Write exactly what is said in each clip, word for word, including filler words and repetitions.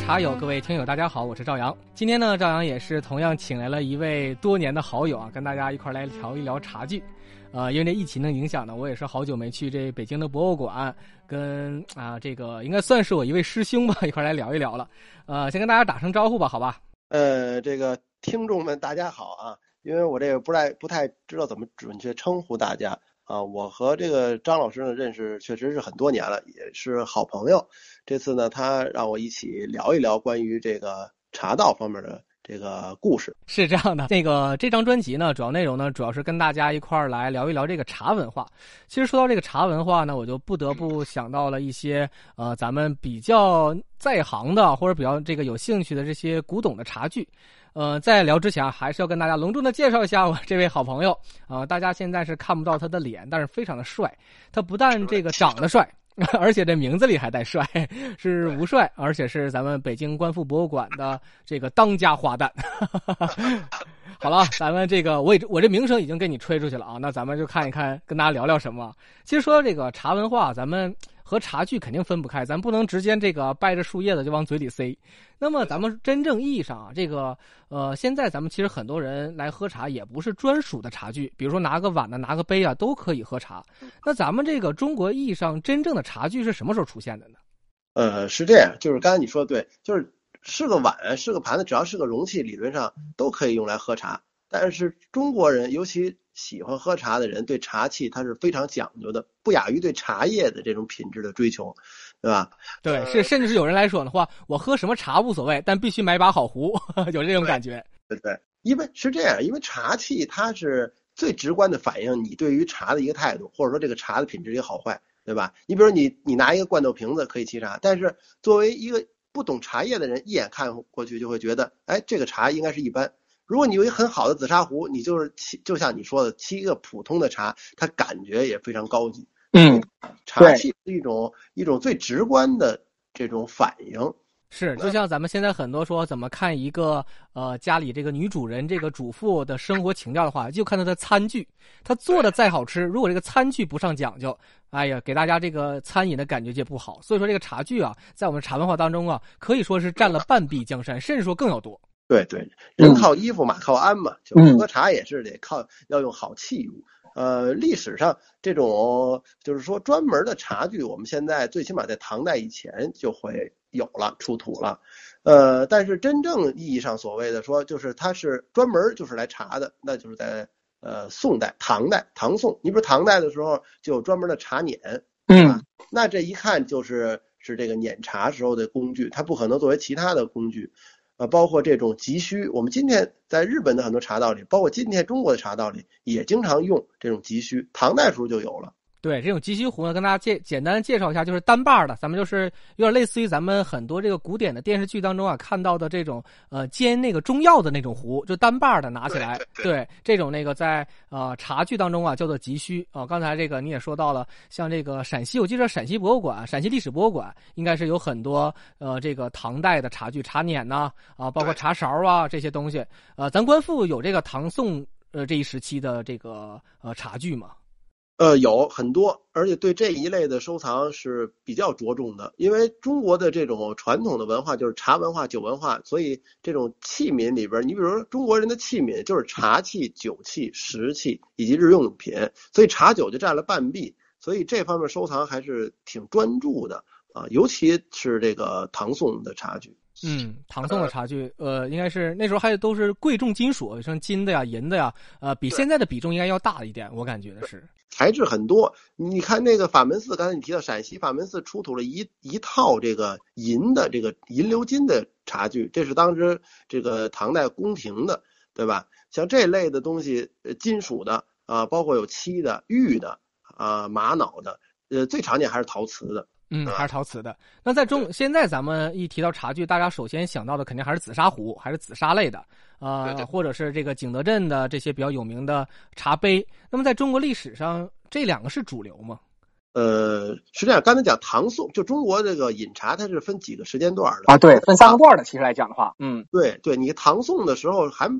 茶友，各位听友大家好，我是赵阳。今天呢，赵阳也是同样请来了一位多年的好友啊，跟大家一块来聊一聊茶具。呃，因为这疫情的影响呢，我也是好久没去这北京的博物馆，跟啊这个应该算是我一位师兄吧，一块来聊一聊了。呃，先跟大家打声招呼吧，好吧？ 呃，这个听众们大家好啊，因为我这个不太不太知道怎么准确称呼大家啊。我和这个张老师呢认识确实是很多年了，也是好朋友。这次呢，他让我一起聊一聊关于这个茶道方面的这个故事。 是这样的，那个这张专辑呢，主要内容呢，主要是跟大家一块儿来聊一聊这个茶文化。其实说到这个茶文化呢，我就不得不想到了一些呃，咱们比较在行的或者比较这个有兴趣的这些古董的茶具。呃，在聊之前还是要跟大家隆重的介绍一下我这位好朋友啊、呃，大家现在是看不到他的脸，但是非常的帅。他不但这个长得帅，而且这名字里还带帅，是吴帅，而且是咱们北京观复博物馆的这个当家花旦。好了，咱们这个我也我这名声已经给你吹出去了啊，那咱们就看一看，跟大家聊聊什么。其实说到这个茶文化，咱们和茶具肯定分不开，咱不能直接这个掰着树叶子就往嘴里塞。那么咱们真正意义上啊，这个呃，现在咱们其实很多人来喝茶也不是专属的茶具，比如说拿个碗呢、拿个杯啊都可以喝茶。那咱们这个中国意义上真正的茶具是什么时候出现的呢？ 呃，是这样，就是刚才你说的对，就是是个碗是个盘子，只要是个容器，理论上都可以用来喝茶。但是中国人，尤其喜欢喝茶的人，对茶器它是非常讲究的，不亚于对茶叶的这种品质的追求，对吧？ 对，是，甚至是有人来说的话，我喝什么茶无所谓，但必须买把好壶，有这种感觉。 对对，因为是这样，因为茶器它是最直观的反映你对于茶的一个态度，或者说这个茶的品质一个好坏，对吧？你比如说你你拿一个罐头瓶子可以沏茶，但是作为一个不懂茶叶的人，一眼看过去就会觉得，哎，这个茶应该是一般。如果你有一个很好的紫砂壶，你就是沏，就像你说的，沏一个普通的茶，它感觉也非常高级。 嗯， 茶器是一种一种最直观的这种反应。 是，就像咱们现在很多说怎么看一个呃家里这个女主人这个主妇的生活情调的话，就看她的餐具，她做的再好吃，如果这个餐具不上讲究，哎呀，给大家这个餐饮的感觉就不好。所以说这个茶具啊，在我们茶文化当中啊，可以说是占了半壁江山，甚至说更要多。 对对，人靠衣服马靠鞍嘛，就喝茶也是得靠要用好器物。呃，历史上这种就是说专门的茶具，我们现在最起码在唐代以前就会有了，出土了。呃，但是真正意义上所谓的说，就是它是专门就是来茶的，那就是在呃宋代、唐代、唐宋。你比如唐代的时候就有专门的茶碾，嗯，那这一看就是是这个碾茶时候的工具，它不可能作为其他的工具。呃，包括这种急需，我们今天在日本的很多茶道里，包括今天中国的茶道里，也经常用这种急需。唐代时候就有了。 对，这种急需壶呢，跟大家介简单介绍一下，就是单把的，咱们就是有点类似于咱们很多这个古典的电视剧当中啊看到的这种呃煎那个中药的那种壶，就单把的拿起来。对, 对, 对，这种那个在呃茶具当中啊叫做急需啊、呃。刚才这个你也说到了，像这个陕西，我记得陕西博物馆、陕西历史博物馆应该是有很多呃这个唐代的茶具，茶碾呐啊、呃，包括茶勺啊这些东西。呃，咱观复有这个唐宋呃这一时期的这个呃茶具吗？ 呃，有很多，而且对这一类的收藏是比较着重的，因为中国的这种传统的文化就是茶文化、酒文化，所以这种器皿里边，你比如说中国人的器皿就是茶器、酒器、食器以及日用品，所以茶酒就占了半壁，所以这方面收藏还是挺专注的啊，尤其是这个唐宋的茶具。 嗯，唐宋的茶具，呃，应该是那时候还都是贵重金属，像金的呀、银的呀，呃，比现在的比重应该要大一点，我感觉的是。 材质很多，你看那个法门寺，刚才你提到陕西法门寺出土了一一套这个银的这个银鎏金的茶具，这是当时这个唐代宫廷的，对吧？像这类的东西，呃，金属的啊、呃，包括有漆的、玉的啊、呃、玛瑙的，呃，最常见还是陶瓷的。 嗯，还是陶瓷的。那在中现在咱们一提到茶具，大家首先想到的肯定还是紫砂壶，还是紫砂类的，啊、呃，或者是这个景德镇的这些比较有名的茶杯。那么在中国历史上，这两个是主流吗？ 呃，实际上刚才讲唐宋，就中国这个饮茶它是分几个时间段的啊，对，分三个段的。其实来讲的话，嗯， 对对，你唐宋的时候还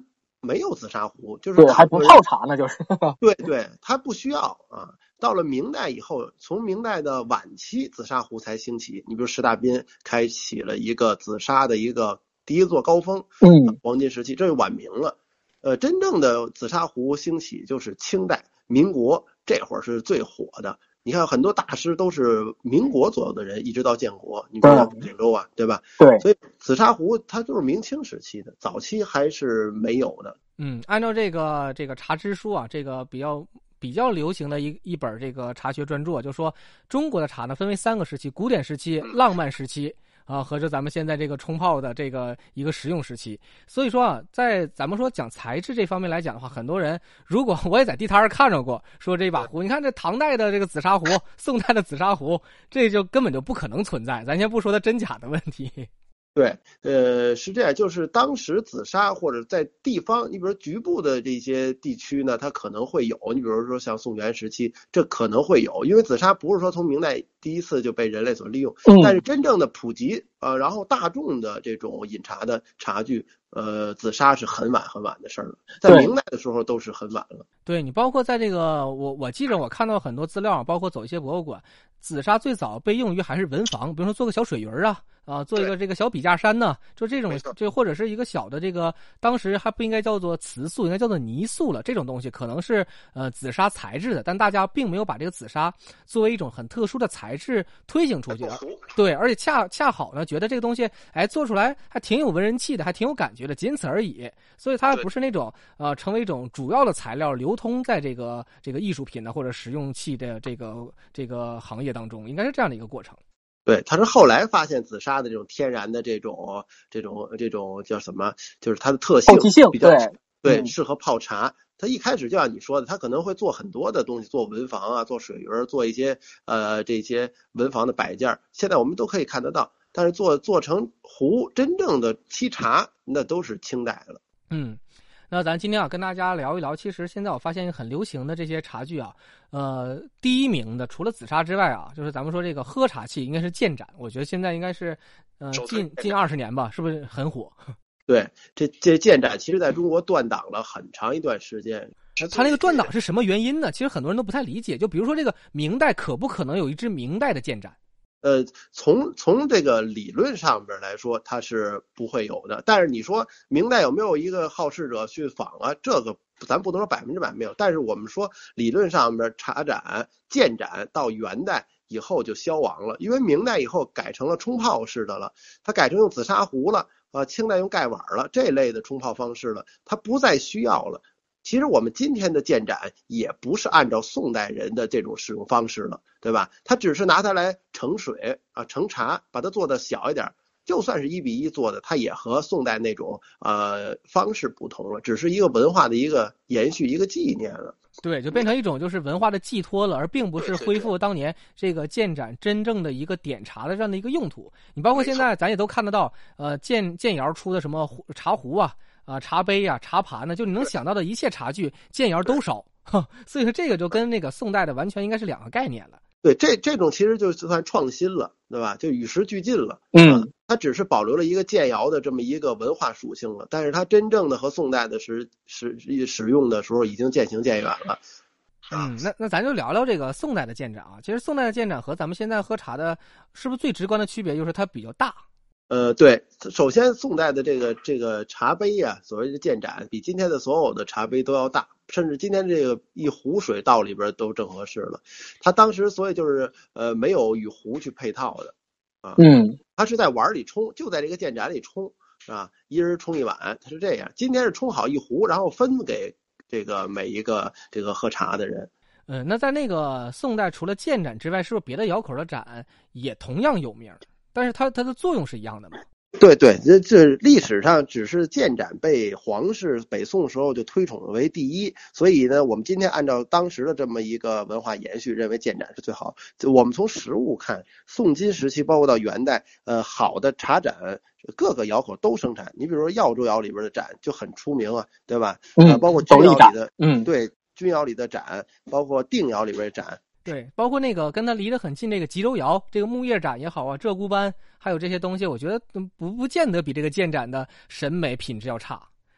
没有紫砂壶，就是对还不泡茶呢，就是对对，它不需要啊。到了明代以后，从明代的晚期，紫砂壶才兴起。你比如石大彬开启了一个紫砂的一个第一座高峰， 嗯， 黄金时期，这是晚明了。呃，真正的紫砂壶兴起就是清代、民国这会儿是最火的。你看很多大师都是民国左右的人，一直到建国，你比如像景州啊，对吧？ 对， 所以紫砂壶它就是明清时期的，早期还是没有的。 嗯，按照这个这个茶之书啊，这个比较比较流行的一一本这个茶学专著，就说中国的茶呢分为三个时期：古典时期、浪漫时期。啊，和着咱们现在这个冲泡的这个一个实用时期，所以说啊，在咱们说讲材质这方面来讲的话，很多人如果我也在地摊上看着过，说这把壶，你看这唐代的这个紫砂壶，宋代的紫砂壶，这就根本就不可能存在。咱先不说它真假的问题。 对，呃，是这样，就是当时紫砂或者在地方，你比如局部的这些地区呢，它可能会有，你比如说像宋元时期，这可能会有，因为紫砂不是说从明代第一次就被人类所利用， 嗯、 但是真正的普及，呃，然后大众的这种饮茶的茶具，呃，紫砂是很晚很晚的事儿了，在明代的时候都是很晚了。 对，你包括在这个，我我记着我看到很多资料，包括走一些博物馆，紫砂最早被用于还是文房，比如说做个小水鱼啊。啊，做一个这个小笔架山呢，就这种，就或者是一个小的这个，当时还不应该叫做瓷塑，应该叫做泥塑了。这种东西可能是呃紫砂材质的，但大家并没有把这个紫砂作为一种很特殊的材质推行出去。对，而且恰恰好呢，觉得这个东西哎做出来还挺有文人气的，还挺有感觉的，仅此而已。所以它不是那种呃成为一种主要的材料流通在这个这个艺术品呢或者实用器的这个这个行业当中，应该是这样的一个过程。 对，他是后来发现紫砂的这种天然的这种这种这种叫什么，就是它的特性比较对对、 嗯、 适合泡茶。他一开始就像你说的，他可能会做很多的东西，做文房啊，做水鱼，做一些呃这些文房的摆件，现在我们都可以看得到。但是做做成壶，真正的沏茶，那都是清代了。 嗯。那咱今天啊跟大家聊一聊，其实现在我发现很流行的这些茶具啊，呃，第一名的除了紫砂之外啊，就是咱们说这个喝茶器应该是建盏，我觉得现在应该是呃近近二十年吧，是不是很火？ 对，这这建盏其实在中国断档了很长一段时间。 它那个断档是什么原因呢？其实很多人都不太理解。就比如说这个明代可不可能有一支明代的建盏？ 呃，从从这个理论上边来说，它是不会有的。但是你说明代有没有一个好事者去仿啊？这个咱不能说百分之百没有。但是我们说理论上边茶盏、建盏到元代以后就消亡了，因为明代以后改成了冲泡式的了，它改成用紫砂壶了，啊，清代用盖碗了，这类的冲泡方式了，它不再需要了。其实我们今天的建盏也不是按照宋代人的这种使用方式了，对吧？它只是拿它来盛水啊，盛茶，把它做的小一点。就算是一比一做的，它也和宋代那种呃方式不同了，只是一个文化的一个延续，一个纪念了。 对，就变成一种就是文化的寄托了，而并不是恢复当年这个建盏真正的一个点茶的这样的一个用途。你包括现在咱也都看得到，呃，建建窑出的什么茶壶啊。啊，茶杯啊，茶盘呢，就你能想到的一切茶具，建窑都烧，所以说这个就跟那个宋代的完全应该是两个概念了。 对，这这种其实就算创新了，对吧？就与时俱进了。 嗯、啊， 它只是保留了一个建窑的这么一个文化属性了，但是它真正的和宋代的使使使用的时候已经渐行渐远了。 嗯，那那咱就聊聊这个宋代的建盏啊。其实宋代的建盏和咱们现在喝茶的，是不是最直观的区别就是它比较大？ 呃，对，首先宋代的这个这个茶杯呀、啊，所谓的建盏，比今天的所有的茶杯都要大，甚至今天这个一壶水倒里边都正合适了。它当时所以就是呃没有与壶去配套的啊， 嗯， 它是在碗里冲，就在这个建盏里冲啊，一人冲一碗，它是这样。今天是冲好一壶，然后分给这个每一个这个喝茶的人。 嗯、呃，那在那个宋代，除了建盏之外，是不是别的窑口的盏也同样有名？但是它它的作用是一样的吗？ 对对，这这历史上只是建盏被皇室北宋时候就推崇为第一，所以呢，我们今天按照当时的这么一个文化延续，认为建盏是最好。就我们从实物看，宋金时期包括到元代，呃，好的茶盏各个窑口都生产。你比如说耀州窑里边的盏就很出名啊，对吧？ 嗯， 呃、包括钧窑里的， 嗯， 对，钧窑里的盏，包括定窑里边的盏。 对，包括那个跟它离得很近这个吉州窑，这个木叶盏也好啊，鹧鸪斑，还有这些东西，我觉得不不见得比这个建盏的审美品质要差。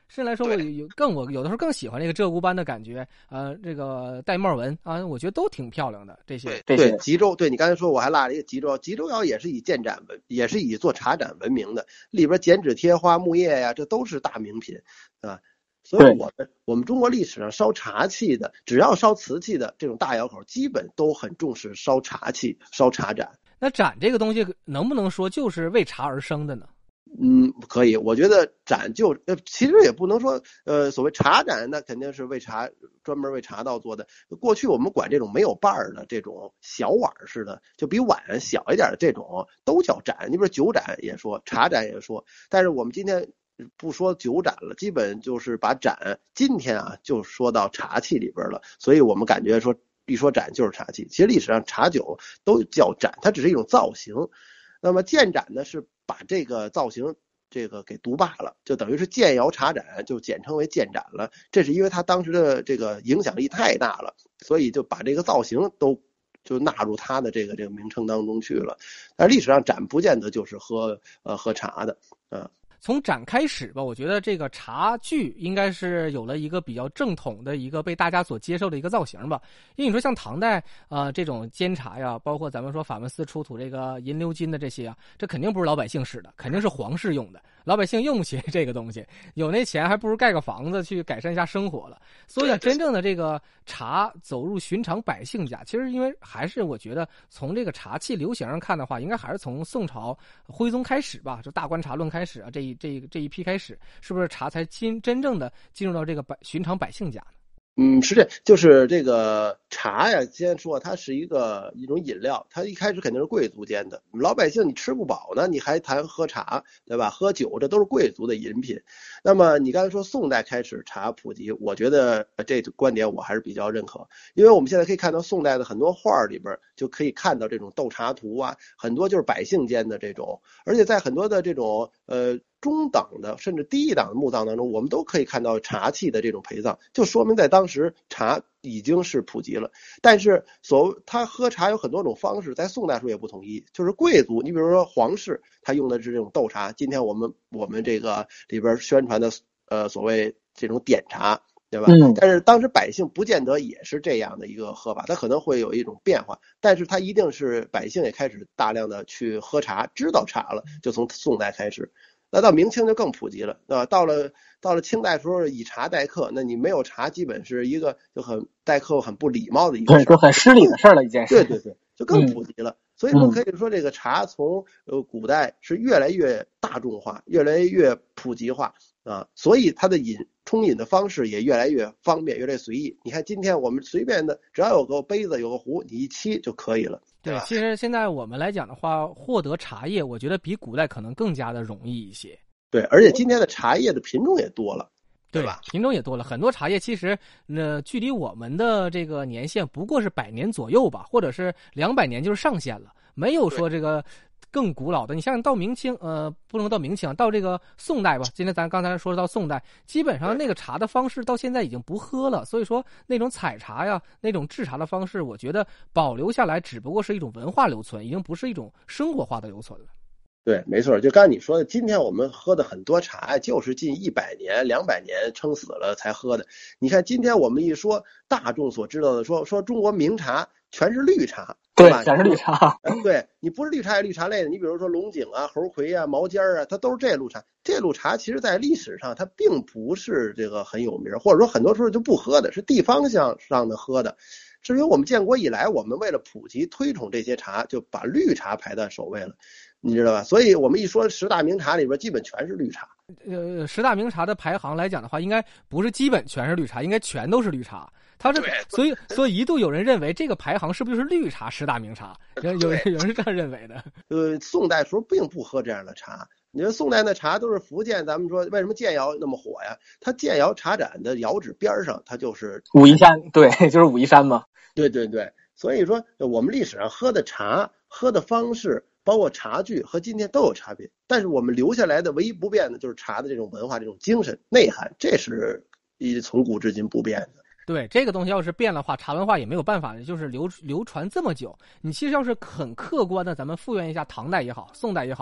甚至来说，我有更我有的时候更喜欢这个鹧鸪斑的感觉，呃，这个玳瑁纹啊，我觉得都挺漂亮的。这些对对，吉州，对你刚才说我还落了一个吉州，吉州窑也是以建盏闻，也是以做茶盏闻名的，里边剪纸贴花木叶呀，这都是大名品啊。所以我们我们中国历史上烧茶器的，只要烧瓷器的这种大窑口，基本都很重视烧茶器、烧茶盏。 那盏这个东西能不能说就是为茶而生的呢？ 嗯，可以。我觉得盏就呃，其实也不能说呃，所谓茶盏，那肯定是为茶专门为茶道做的。过去我们管这种没有把儿的这种小碗似的，就比碗小一点的这种都叫盏。你比如酒盏也说，茶盏也说，但是我们今天不说酒盏了，基本就是把盏今天啊就说到茶器里边了。所以我们感觉说一说盏就是茶器，其实历史上茶酒都叫盏，它只是一种造型。那么建盏呢是把这个造型这个给独霸了，就等于是建窑茶盏就简称为建盏了。这是因为它当时的这个影响力太大了，所以就把这个造型都就纳入它的这个这个名称当中去了。但历史上盏不见得就是喝呃喝茶的啊。 从盏开始吧，我觉得这个茶具应该是有了一个比较正统的一个被大家所接受的一个造型吧。因为你说像唐代啊、呃、这种监察呀，包括咱们说法门寺出土这个银鎏金的这些啊，这肯定不是老百姓使的，肯定是皇室用的。老百姓用不起这个东西，有那钱还不如盖个房子去改善一下生活了。所以啊，真正的这个茶走入寻常百姓家，其实因为还是我觉得从这个茶器流行上看的话，应该还是从宋朝徽宗开始吧，就大观茶论开始啊，这一这这一批开始，是不是茶才真真正的进入到这个百寻常百姓家呢？ 嗯，是这，就是这个茶呀，先说它是一个一种饮料，它一开始肯定是贵族间的，老百姓你吃不饱呢，你还谈喝茶，对吧？喝酒这都是贵族的饮品。那么你刚才说宋代开始茶普及，我觉得这个观点我还是比较认可，因为我们现在可以看到宋代的很多画里边就可以看到这种斗茶图啊，很多就是百姓间的这种，而且在很多的这种呃。中等的甚至低一档的墓葬当中，我们都可以看到茶器的这种陪葬，就说明在当时茶已经是普及了。但是所谓他喝茶有很多种方式，在宋代时候也不统一，就是贵族，你比如说皇室，他用的是这种斗茶，今天我们我们这个里边宣传的呃所谓这种点茶，对吧？嗯。但是当时百姓不见得也是这样的一个喝法，它可能会有一种变化，但是它一定是百姓也开始大量的去喝茶，知道茶了，就从宋代开始。那到明清就更普及了，啊，到了到了清代时候以茶待客，那你没有茶，基本是一个就很待客很不礼貌的一个事， 对，就很失礼的事了一件事。 对对对，就更普及了。嗯、所以说可以说这个茶从呃古代是越来越大众化，越来越普及化啊，所以它的饮冲饮的方式也越来越方便，越来越随意。你看今天我们随便的，只要有个杯子有个壶，你一沏就可以了。 对，其实现在我们来讲的话，获得茶叶，我觉得比古代可能更加的容易一些。 对，而且今天的茶叶的品种也多了，对吧？ 品种也多了，很多茶叶其实，呃，距离我们的这个年限不过是百年左右吧，或者是两百年就是上限了，没有说这个更古老的。你像到明清，呃，不能到明清，到这个宋代吧。今天咱刚才说到宋代，基本上那个茶的方式到现在已经不喝了，所以说那种采茶呀，那种制茶的方式，我觉得保留下来只不过是一种文化留存，已经不是一种生活化的留存了。 对，没错，就刚才你说的，今天我们喝的很多茶，就是近一百年、两百年撑死了才喝的。你看，今天我们一说大众所知道的，说说中国名茶全是绿茶， 对吧？全是绿茶。 对，你不是绿茶也绿茶类的，你比如说龙井啊、猴魁啊、毛尖啊，它都是这路茶。这路茶其实在历史上它并不是这个很有名，或者说很多时候就不喝的，是地方上上的喝的。至于我们建国以来，我们为了普及推崇这些茶，就把绿茶排在首位了。你知道吧？所以我们一说十大名茶里边，基本全是绿茶。 呃，十大名茶的排行来讲的话，应该不是基本全是绿茶，应该全都是绿茶。它是，所以所以一度有人认为这个排行是不是就是绿茶十大名茶？有有有人是这样认为的。 呃，宋代时候并不喝这样的茶。你说宋代的茶都是福建，咱们说为什么建窑那么火呀？它建窑茶盏的窑址边上，它就是武夷山，对，就是武夷山嘛。 对对对，所以说我们历史上喝的茶，喝的方式。包括茶具和今天都有差别，但是我们留下来的唯一不变的就是茶的这种文化、这种精神内涵，这是一从古至今不变的。 对，这个东西要是变了话，茶文化也没有办法的，就是流流传这么久。你其实要是很客观的，咱们复原一下唐代也好，宋代也好，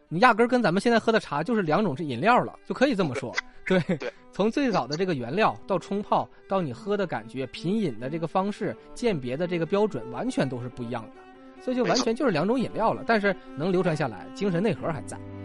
你压根儿跟咱们现在喝的茶就是两种饮料了，就可以这么说。对， 对， 从最早的这个原料到冲泡，到你喝的感觉、品饮的这个方式、鉴别的这个标准，完全都是不一样的。所以就完全就是两种饮料了，但是能流传下来，精神内核还在。